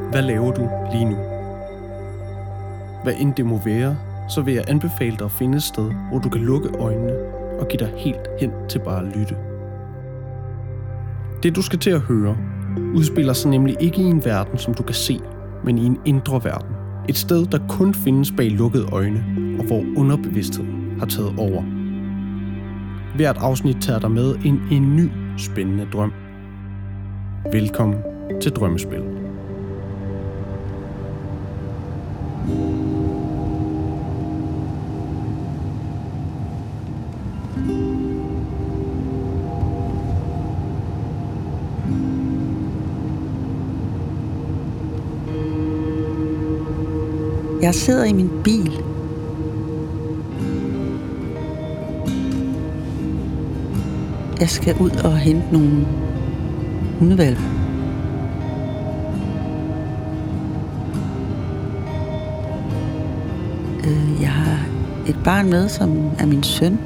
Hvad laver du lige nu? Hvad end det må være, så vil jeg anbefale dig at finde et sted, hvor du kan lukke øjnene og give dig helt hen til bare at lytte. Det du skal til at høre, udspiller sig nemlig ikke i en verden, som du kan se, men i en indre verden. Et sted, der kun findes bag lukkede øjne, og hvor underbevidstheden har taget over. Hvert afsnit tager dig med ind i en ny, spændende drøm. Velkommen til Drømmespil. Jeg sidder i min bil. Jeg skal ud og hente nogle hundehvalpe. Jeg har et barn med, som er min søn.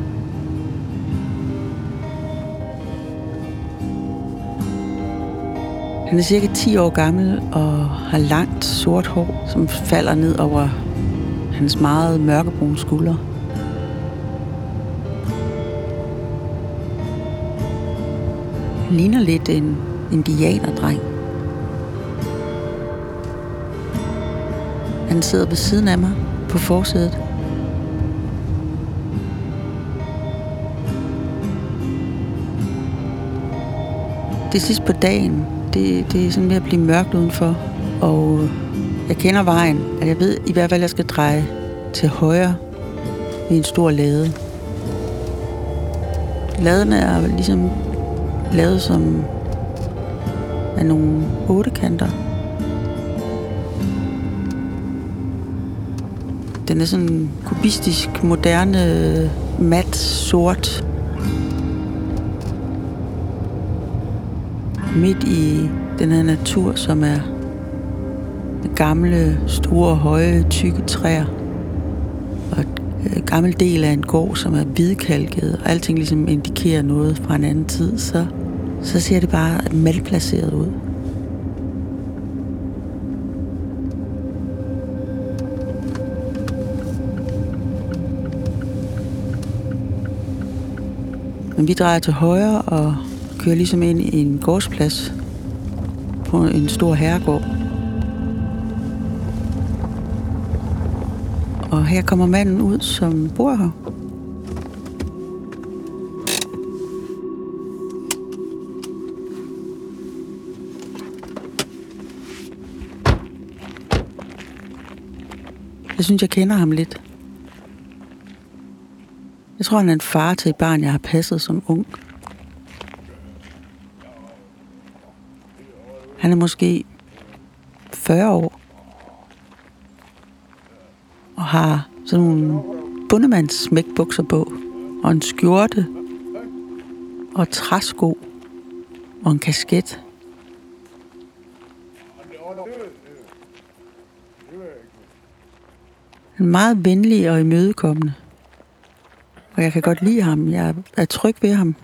Han er cirka 10 år gammel og har langt sort hår, som falder ned over hans meget mørkebrune skuldre. Han ligner lidt en indianerdreng. Han sidder ved siden af mig på forsædet. Det er sidst på dagen. Det er sådan ved at blive mørkt udenfor, og jeg kender vejen, at jeg ved i hvert fald, at jeg skal dreje til højre i en stor lade. Laden er ligesom lavet som af nogle ottekanter. Den er sådan kubistisk, moderne, mat, sort. Midt i den her natur, som er gamle, store, høje, tykke træer. Og en gammel del af en gård, som er hvidkalket, og alting ligesom indikerer noget fra en anden tid, så ser det bare malplaceret ud. Men vi drejer til højre og kører ligesom ind i en gårdsplads på en stor herregård. Og her kommer manden ud, som bor her. Jeg synes, jeg kender ham lidt. Jeg tror, han er en far til et barn, jeg har passet som ung. Han er måske 40 år og har sådan nogle bundemands smækbukser på og en skjorte og træsko og en kasket. Han er meget venlig og imødekommende, og jeg kan godt lide ham. Jeg er tryg ved ham.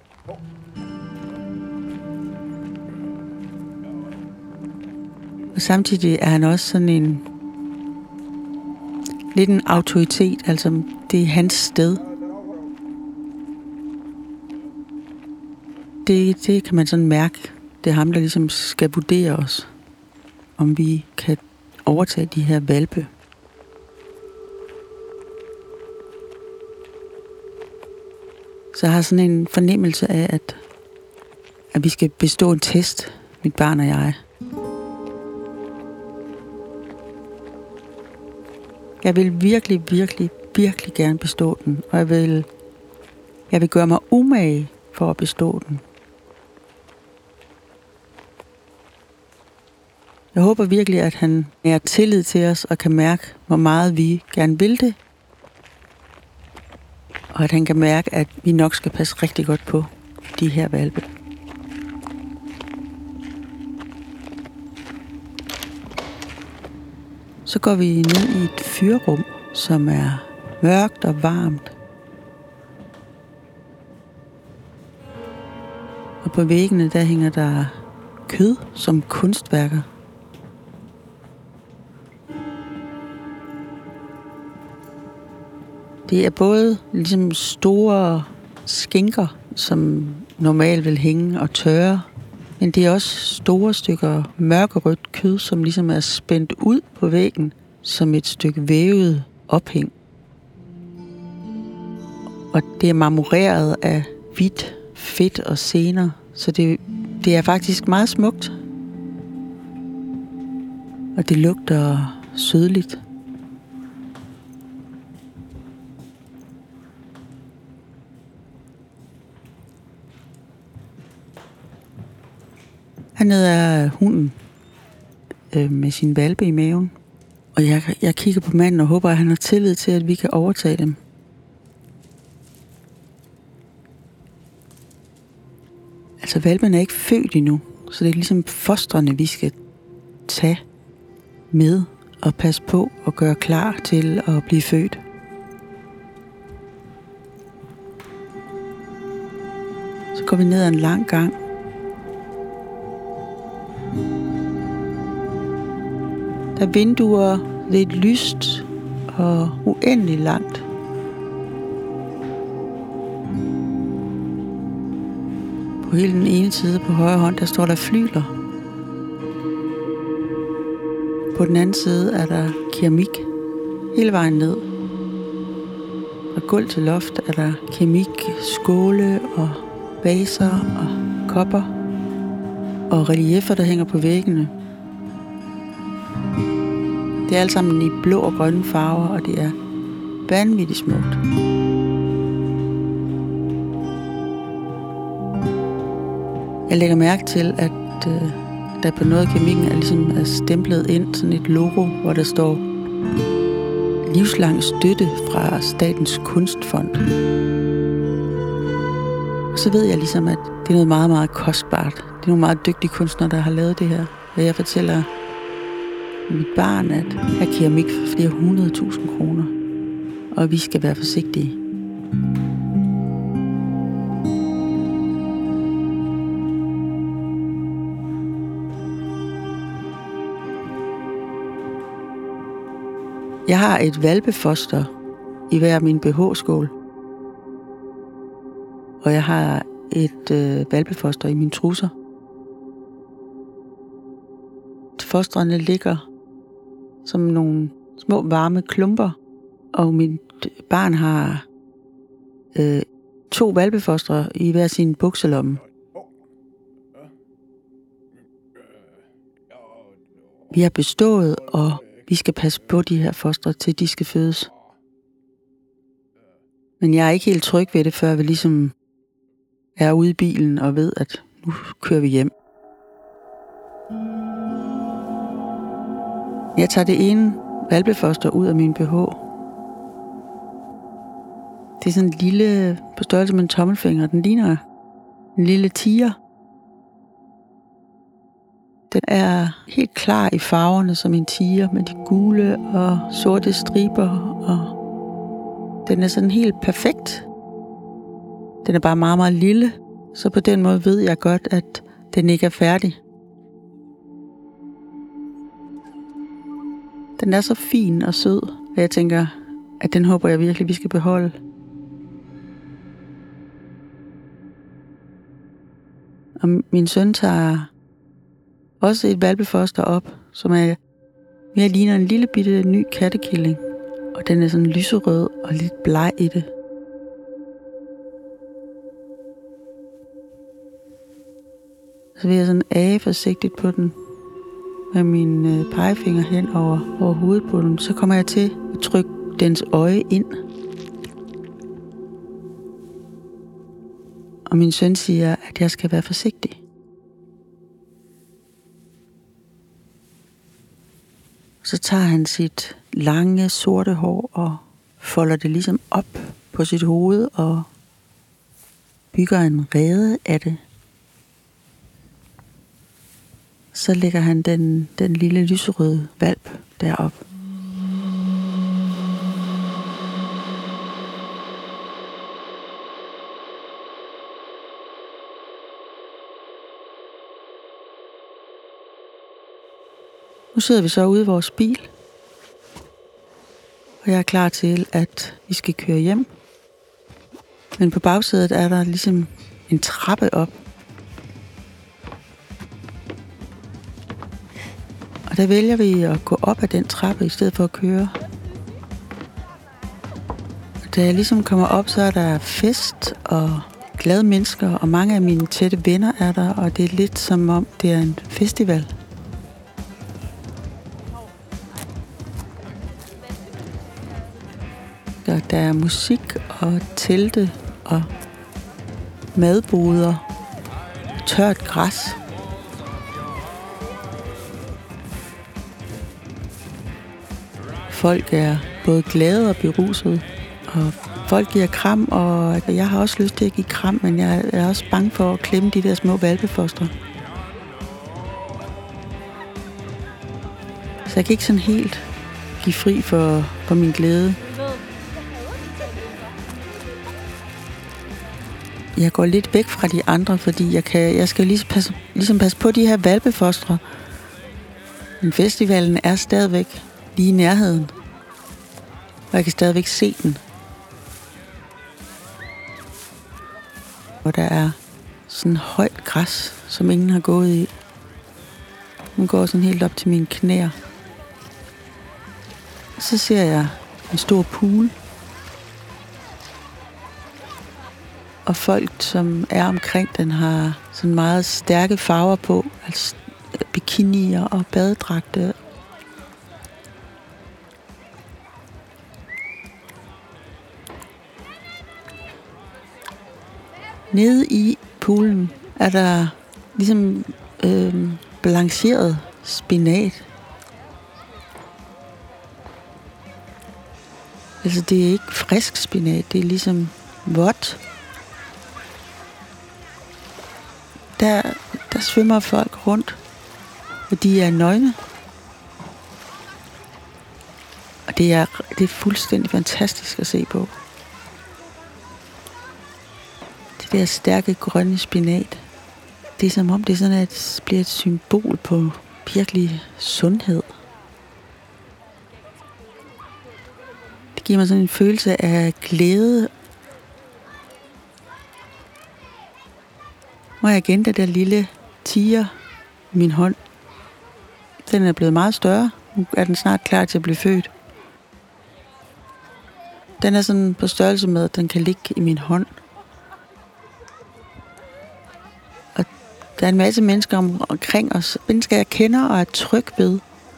Og samtidig er han også sådan lidt en autoritet, altså det er hans sted. Det kan man sådan mærke. Det er ham, der ligesom skal vurdere os, om vi kan overtage de her hvalpe. Så jeg har sådan en fornemmelse af, at vi skal bestå en test, mit barn og jeg. Jeg vil virkelig, virkelig, virkelig gerne bestå den, og jeg vil gøre mig umage for at bestå den. Jeg håber virkelig, at han er tillid til os og kan mærke, hvor meget vi gerne vil det. Og at han kan mærke, at vi nok skal passe rigtig godt på de her hvalpe. Så går vi ned i et fyrrum, som er mørkt og varmt. Og på væggene, der hænger der kød som kunstværker. Det er både ligesom store skinker, som normalt vil hænge og tørre, men det er også store stykker mørkerødt kød, som ligesom er spændt ud på væggen som et stykke vævet ophæng. Og det er marmoreret af hvidt fedt og sener, så det er faktisk meget smukt. Og det lugter sødligt. Hernede er hunden med sin hvalpe i maven. Og jeg kigger på manden og håber, at han har tillid til, at vi kan overtage dem. Altså, hvalpen er ikke født endnu, så det er ligesom fostrene, vi skal tage med og passe på og gøre klar til at blive født. Så går vi ned ad en lang gang. Der er vinduer, det er lyst og uendelig langt. På hele den ene side på højre hånd, der står der flygler. På den anden side er der keramik hele vejen ned. Fra gulv til loft er der keramik, skåle og vaser og kopper og relieffer, der hænger på væggene. Det er alt sammen i blå og grønne farver, og det er vanvittigt smukt. Jeg lægger mærke til, at der på noget af keramikken er stemplet ind sådan et logo, hvor der står livslang støtte fra Statens Kunstfond. Og så ved jeg ligesom, at det er noget meget, meget kostbart. Det er nogle meget dygtige kunstnere, der har lavet det her. Og jeg fortæller mit barn, at her keramik for flere 100.000 kroner. Og vi skal være forsigtige. Jeg har et hvalpefoster i hver min BH-skål. Og jeg har et hvalpefoster i mine trusser. Fostrene ligger som nogle små varme klumper, og mit barn har 2 hvalpefostre i hver sin bukselomme. Vi har bestået, og vi skal passe på de her fostre, til de skal fødes. Men jeg er ikke helt tryg ved det, før vi ligesom er ude i bilen og ved, at nu kører vi hjem. Jeg tager det ene hvalpefoster ud af min BH. Det er sådan en lille, på størrelse med en tommelfinger. Den ligner en lille tiger. Den er helt klar i farverne som en tiger, med de gule og sorte striber, og den er sådan helt perfekt. Den er bare meget, meget lille, så på den måde ved jeg godt, at den ikke er færdig. Den er så fin og sød, og jeg tænker, at den håber jeg virkelig, vi skal beholde. Og min søn tager også et hvalpefoster op, som er mere ligner en lille bitte ny kattekilling. Og den er sådan lyserød og lidt bleg i det. Så vil jeg sådan age forsigtigt på den med min pegefinger hen over hovedet på den. Så kommer jeg til at trykke dens øje ind. Og min søn siger, at jeg skal være forsigtig. Så tager han sit lange, sorte hår og folder det ligesom op på sit hoved og bygger en rede af det. Så lægger han den lille lyserøde hvalp derop. Nu sidder vi så ude i vores bil. og jeg er klar til, at vi skal køre hjem. Men på bagsædet er der ligesom en trappe op. Og der vælger vi at gå op ad den trappe, i stedet for at køre. Og da jeg ligesom kommer op, så er der fest og glade mennesker, og mange af mine tætte venner er der, og det er lidt som om, det er en festival. Der er musik og telte og madboder, tørt græs. Folk er både glade og berusede, og folk giver kram, og jeg har også lyst til at give kram, men jeg er også bange for at klemme de der små hvalpefostre. Så jeg kan ikke sådan helt give fri for min glæde. Jeg går lidt væk fra de andre, fordi jeg skal ligesom passe på de her hvalpefostre. Men festivalen er stadigvæk lige i nærheden, og jeg kan stadigvæk se den. Og der er sådan højt græs, som ingen har gået i. Nu går sådan helt op til mine knæer. Så ser jeg en stor pool. Og folk, som er omkring den, har sådan meget stærke farver på. Altså bikinier og badedragte. Nede i poolen er der ligesom balanceret spinat. Altså det er ikke frisk spinat, det er ligesom vådt. Der svømmer folk rundt, og de er nøgne. Og det er fuldstændig fantastisk at se på. Det der stærke grønne spinat. Det er som om det er sådan, at det bliver et symbol på virkelig sundhed. Det giver mig sådan en følelse af glæde. Nu har jeg igen den der lille tiger i min hånd. Den er blevet meget større. Nu er den snart klar til at blive født. Den er sådan på størrelse med, at den kan ligge i min hånd. Og der er en masse mennesker omkring os. Mennesker, jeg kender og er tryg ved.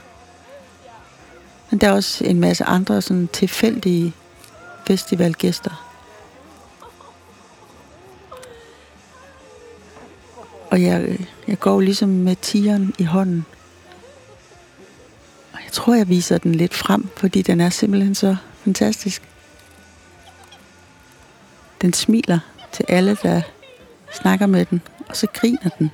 Men der er også en masse andre sådan tilfældige festivalgæster. Og jeg går ligesom med tigeren i hånden. Og jeg tror, jeg viser den lidt frem, fordi den er simpelthen så fantastisk. Den smiler til alle, der snakker med den, og så griner den.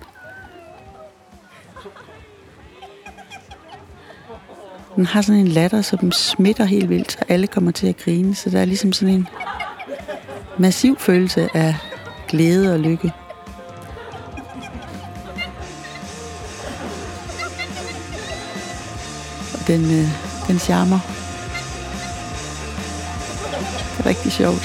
Den har sådan en latter, som smitter helt vildt, så alle kommer til at grine. Så der er ligesom sådan en massiv følelse af glæde og lykke. Den charmer. Det er rigtig sjovt.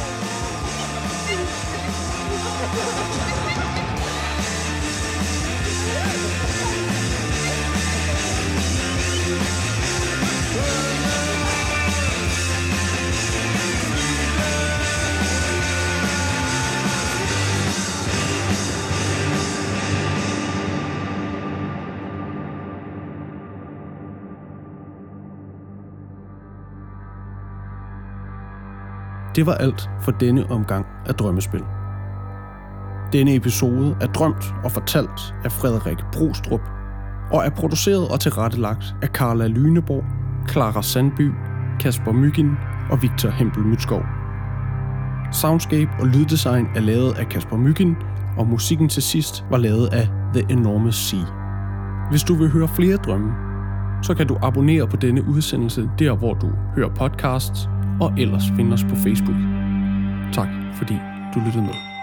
Det var alt for denne omgang af Drømmespil. Denne episode er drømt og fortalt af Frederik Brostrup og er produceret og tilrettelagt af Carla Lyneborg, Clara Sandby, Kasper Myggen og Victor Hempel Mytskov. Soundscape og lyddesign er lavet af Kasper Myggen, og musikken til sidst var lavet af The Enormous Sea. Hvis du vil høre flere drømme, så kan du abonnere på denne udsendelse der, hvor du hører podcasts, og ellers find os på Facebook. Tak fordi du lyttede med.